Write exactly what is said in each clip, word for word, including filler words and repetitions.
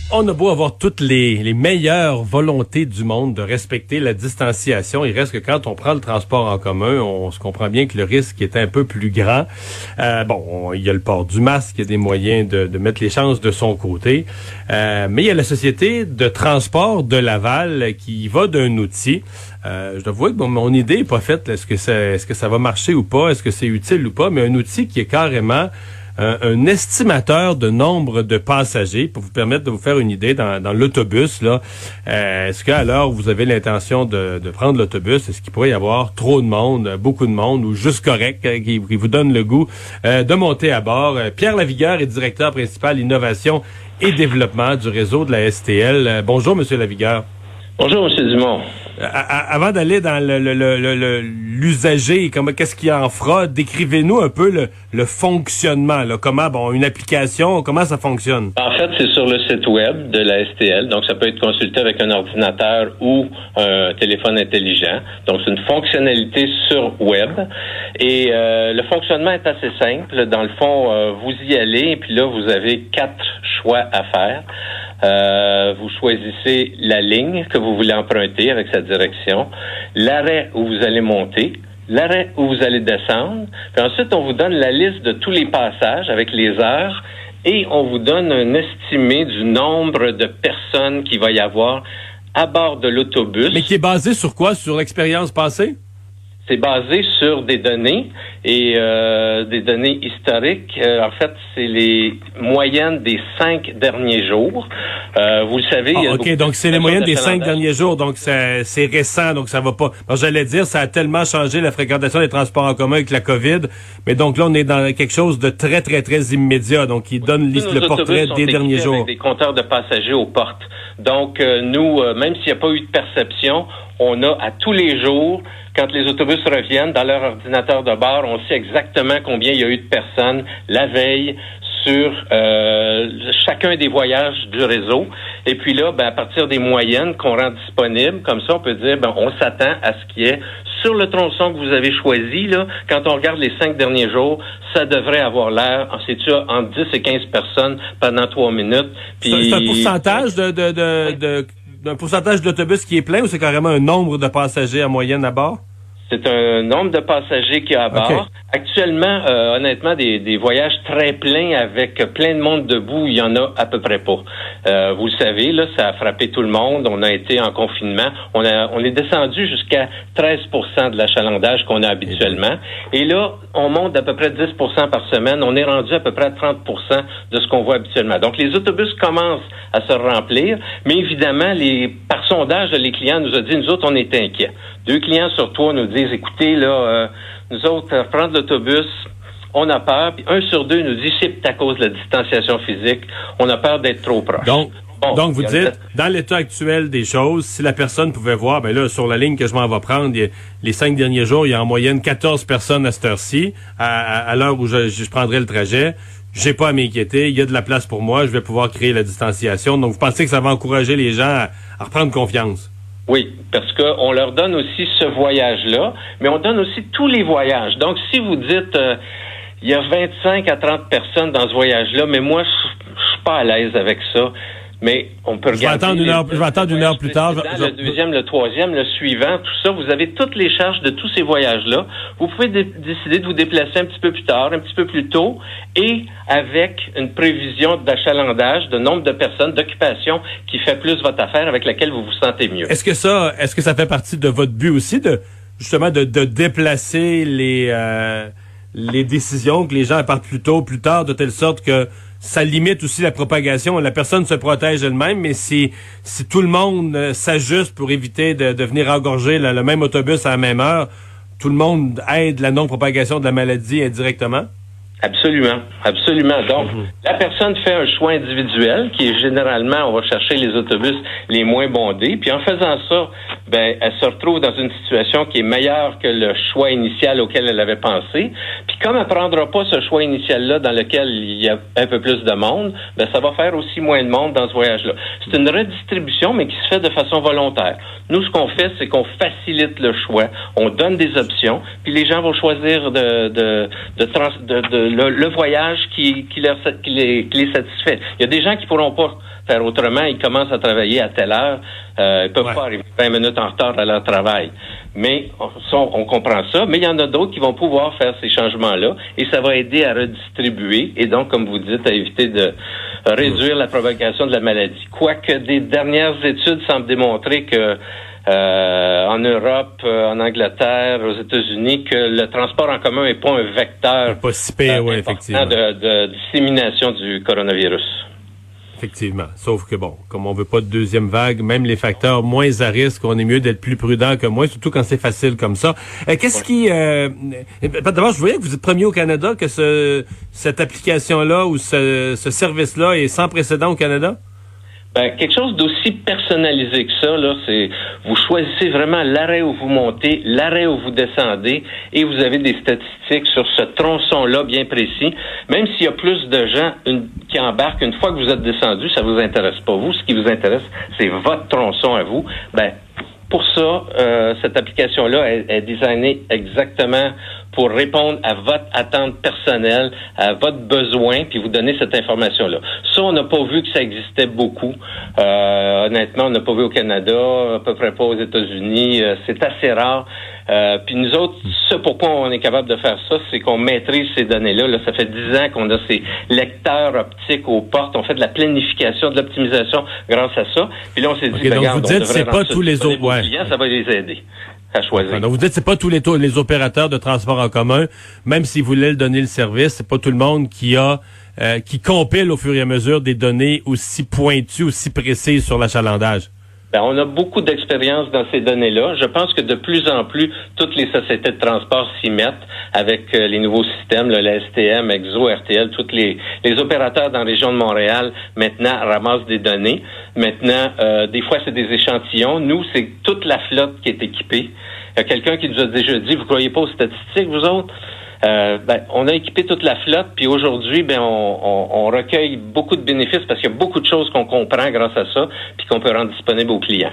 On a beau avoir toutes les, les meilleures volontés du monde de respecter la distanciation, il reste que quand on prend le transport en commun, on se comprend bien que le risque est un peu plus grand. Euh, bon, on, il y a le port du masque, il y a des moyens de, de mettre les chances de son côté, euh, mais il y a la Société de transport de Laval qui va d'un outil. Euh, je dois avouer que bon, mon idée n'est pas faite. Est-ce que ça, est-ce que ça va marcher ou pas? Est-ce que c'est utile ou pas? Mais un outil qui est carrément un, un estimateur de nombre de passagers pour vous permettre de vous faire une idée dans, dans l'autobus. Là, euh, est-ce qu'à l'heure où vous avez l'intention de, de prendre l'autobus, est-ce qu'il pourrait y avoir trop de monde, beaucoup de monde ou juste correct, euh, qui, qui vous donne le goût euh, de monter à bord? Euh, Pierre Lavigueur est directeur principal innovation et développement du réseau de la S T L. Euh, bonjour, Monsieur Lavigueur. Bonjour, M. Dumont. Euh, avant d'aller dans le, le, le, le, l'usager, comment, qu'est-ce qu'il en fera, décrivez-nous un peu le, le fonctionnement, là, comment, bon, une application, comment ça fonctionne? En fait, c'est sur le site web de la S T L, donc ça peut être consulté avec un ordinateur ou un téléphone intelligent. Donc, c'est une fonctionnalité sur web. Et euh, le fonctionnement est assez simple. Dans le fond, euh, vous y allez, et puis là, vous avez quatre choix à faire. Euh, vous choisissez la ligne que vous voulez emprunter avec sa direction, l'arrêt où vous allez monter, l'arrêt où vous allez descendre, puis ensuite on vous donne la liste de tous les passages avec les heures et on vous donne un estimé du nombre de personnes qu'il va y avoir à bord de l'autobus. Mais qui est basé sur quoi? Sur l'expérience passée? C'est basé sur des données et euh, des données historiques. Euh, en fait, c'est les moyennes des cinq derniers jours. Euh, vous le savez. Ah, il y a OK, donc c'est les moyennes des cinq derniers jours. Donc c'est, c'est récent, donc ça va pas. Alors, j'allais dire, ça a tellement changé la fréquentation des transports en commun avec la COVID. Mais donc là, on est dans quelque chose de très, très, très immédiat. Donc, qui donne Tous le portrait des derniers jours. Avec des compteurs de passagers aux portes. Donc, euh, nous, euh, même s'il n'y a pas eu de perception, on a à tous les jours, quand les autobus reviennent dans leur ordinateur de bord, on sait exactement combien il y a eu de personnes la veille sur euh, chacun des voyages du réseau. Et puis là, ben, à partir des moyennes qu'on rend disponibles, comme ça, on peut dire, ben, on s'attend à ce qui est sur le tronçon que vous avez choisi. Là, quand on regarde les cinq derniers jours, ça devrait avoir l'air, c'est-tu, entre dix et quinze personnes pendant trois minutes. Puis, c'est, c'est un pourcentage de... de, de, de... d'un pourcentage d'autobus qui est plein ou c'est carrément un nombre de passagers en moyenne à bord? C'est un nombre de passagers qu'il y a à bord. Okay. Actuellement, euh, honnêtement, des, des voyages très pleins avec plein de monde debout, il y en a à peu près pas. Euh, vous le savez, là, ça a frappé tout le monde. On a été en confinement. On a, on est descendu jusqu'à treize pour cent de l'achalandage qu'on a habituellement. Et là, on monte d'à peu près dix pour cent par semaine. On est rendu à peu près à trente pour cent de ce qu'on voit habituellement. Donc, les autobus commencent à se remplir. Mais évidemment, les, par sondage, les clients nous ont dit, nous autres, on est inquiets. Deux clients sur trois nous disent, écoutez, là, euh, nous autres, euh, prendre l'autobus, on a peur. Puis un sur deux nous dit, c'est à cause de la distanciation physique, on a peur d'être trop proche. Donc, bon, donc vous dites, dans l'état actuel des choses, si la personne pouvait voir, ben là, sur la ligne que je m'en vais prendre, il y a, les cinq derniers jours, il y a en moyenne quatorze personnes à cette heure-ci, à, à, à l'heure où je, je prendrai le trajet. J'ai pas à m'inquiéter, il y a de la place pour moi, je vais pouvoir créer la distanciation. Donc, vous pensez que ça va encourager les gens à, à reprendre confiance? Oui, parce qu'on leur donne aussi ce voyage-là, mais on donne aussi tous les voyages. Donc, si vous dites, euh, il y a vingt-cinq à trente personnes dans ce voyage-là, mais moi, je suis pas à l'aise avec ça. Mais on peut je regarder... Vais attendre une heure, je vais attendre une heure plus tard. Je, le deuxième, le troisième, le suivant, tout ça, vous avez toutes les charges de tous ces voyages-là. Vous pouvez dé- décider de vous déplacer un petit peu plus tard, un petit peu plus tôt, et avec une prévision d'achalandage, de nombre de personnes, d'occupation qui fait plus votre affaire, avec laquelle vous vous sentez mieux. Est-ce que ça, est-ce que ça fait partie de votre but aussi, de justement de, de déplacer les euh, les décisions, que les gens partent plus tôt, plus tard, de telle sorte que ça limite aussi la propagation. La personne se protège elle-même, mais si si tout le monde euh, s'ajuste pour éviter de, de venir engorger le, le même autobus à la même heure, tout le monde aide la non-propagation de la maladie indirectement? Absolument, absolument. Donc, mmh. la personne fait un choix individuel qui est généralement, on va chercher les autobus les moins bondés, puis en faisant ça, ben elle se retrouve dans une situation qui est meilleure que le choix initial auquel elle avait pensé. Puis comme elle prendra pas ce choix initial-là dans lequel il y a un peu plus de monde, ben ça va faire aussi moins de monde dans ce voyage-là. C'est une redistribution, mais qui se fait de façon volontaire. Nous, ce qu'on fait, c'est qu'on facilite le choix, on donne des options, puis les gens vont choisir de de de, trans, de, de le, le voyage qui qui, leur, qui, les, qui les satisfait. Il y a des gens qui pourront pas faire autrement, ils commencent à travailler à telle heure, euh, ils peuvent ouais. pas arriver vingt minutes en retard à leur travail. Mais on, on comprend ça, mais il y en a d'autres qui vont pouvoir faire ces changements-là et ça va aider à redistribuer et donc, comme vous dites, à éviter de réduire la propagation de la maladie. Quoique des dernières études semblent démontrer que Euh, en Europe, euh, en Angleterre, aux États-Unis, que le transport en commun n'est pas un vecteur pas si pire, euh, ouais, effectivement. de, de dissémination du coronavirus. Effectivement. Sauf que bon, comme on veut pas de deuxième vague, même les facteurs moins à risque, on est mieux d'être plus prudent que moi, surtout quand c'est facile comme ça. Euh, qu'est-ce ouais. qui... Euh, d'abord, je voyais que vous êtes premier au Canada, que ce cette application-là ou ce, ce service-là est sans précédent au Canada? Ben, quelque chose d'aussi personnalisé que ça, là, c'est vous choisissez vraiment l'arrêt où vous montez, l'arrêt où vous descendez, et vous avez des statistiques sur ce tronçon-là bien précis. Même s'il y a plus de gens une, qui embarquent, une fois que vous êtes descendu, ça vous intéresse pas vous. Ce qui vous intéresse, c'est votre tronçon à vous. Ben, pour ça, euh, cette application-là est, est designée exactement pour répondre à votre attente personnelle, à votre besoin, puis vous donner cette information-là. Ça, on n'a pas vu que ça existait beaucoup. Euh, honnêtement, on n'a pas vu au Canada, à peu près pas aux États-Unis. Euh, c'est assez rare. Euh, puis nous autres, ce pourquoi on est capable de faire ça, c'est qu'on maîtrise ces données-là. Là, ça fait dix ans qu'on a ces lecteurs optiques aux portes. On fait de la planification, de l'optimisation grâce à ça. Puis là, on s'est dit, okay, ben, donc regarde, vous dites, c'est pas tous les autres, ouais. clients, ça va les aider à choisir. Okay, donc vous dites, c'est pas tous les, les opérateurs de transport en commun, même s'ils voulaient le donner le service, c'est pas tout le monde qui a, euh, qui compile au fur et à mesure des données aussi pointues, aussi précises sur l'achalandage. Ben, on a beaucoup d'expérience dans ces données-là. Je pense que de plus en plus, toutes les sociétés de transport s'y mettent avec euh, les nouveaux systèmes, là, la S T M, Exo, R T L, tous les, les opérateurs dans la région de Montréal, maintenant, ramassent des données. Maintenant, euh, des fois, c'est des échantillons. Nous, c'est toute la flotte qui est équipée. Il y a quelqu'un qui nous a déjà dit, vous croyez pas aux statistiques, vous autres? Euh, ben, on a équipé toute la flotte, puis aujourd'hui, ben, on, on, on recueille beaucoup de bénéfices parce qu'il y a beaucoup de choses qu'on comprend grâce à ça, puis qu'on peut rendre disponible aux clients.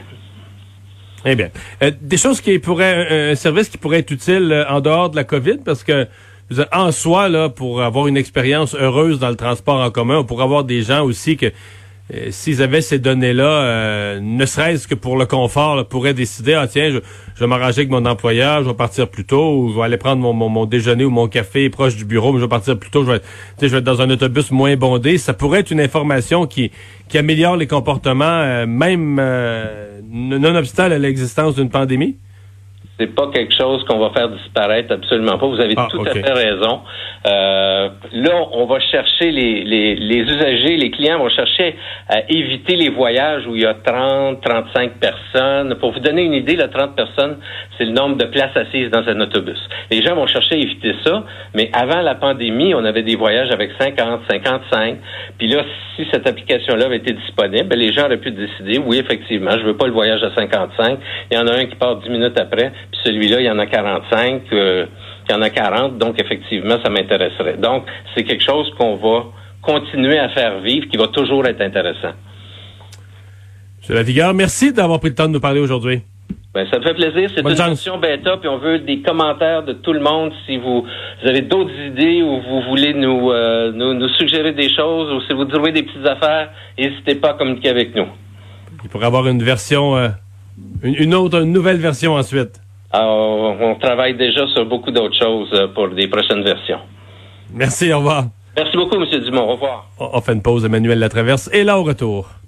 Eh bien, euh, des choses qui pourraient, un service qui pourrait être utile euh, en dehors de la COVID, parce que vous êtes, en soi, là, pour avoir une expérience heureuse dans le transport en commun, pour avoir des gens aussi que Euh, s'ils avaient ces données-là, euh, ne serait-ce que pour le confort, là, pourraient décider, ah tiens, je, je vais m'arranger avec mon employeur, je vais partir plus tôt, ou je vais aller prendre mon, mon, mon déjeuner ou mon café proche du bureau, mais je vais partir plus tôt, je vais, je vais être dans un autobus moins bondé. Ça pourrait être une information qui, qui améliore les comportements, euh, même euh, nonobstant à l'existence d'une pandémie? C'est pas quelque chose qu'on va faire disparaître, absolument pas. Vous avez ah, tout okay. à fait raison. Euh, là, on va chercher les, les, les usagers, les clients vont chercher à éviter les voyages où il y a trente, trente-cinq personnes. Pour vous donner une idée, là, trente personnes, c'est le nombre de places assises dans un autobus. Les gens vont chercher à éviter ça, mais avant la pandémie, on avait des voyages avec cinquante, cinquante-cinq. Puis là, si cette application-là avait été disponible, ben, les gens auraient pu décider, oui, effectivement, je veux pas le voyage à cinquante-cinq. Il y en a un qui part dix minutes après. Puis celui-là, il y en a quarante-cinq, euh, il y en a quarante, donc effectivement, ça m'intéresserait. Donc, c'est quelque chose qu'on va continuer à faire vivre, qui va toujours être intéressant. M. Lavigueur, merci d'avoir pris le temps de nous parler aujourd'hui. Ben, ça me fait plaisir. C'est Bonne une version bêta, puis on veut des commentaires de tout le monde. Si vous, vous avez d'autres idées ou vous voulez nous, euh, nous, nous suggérer des choses ou si vous trouvez des petites affaires, n'hésitez pas à communiquer avec nous. Il pourrait y avoir une version, euh, une, une autre, une nouvelle version ensuite. Alors, on travaille déjà sur beaucoup d'autres choses pour des prochaines versions. Merci, au revoir. Merci beaucoup, M. Dumont. Au revoir. On fait une pause. Emmanuel Latraverse est là au retour.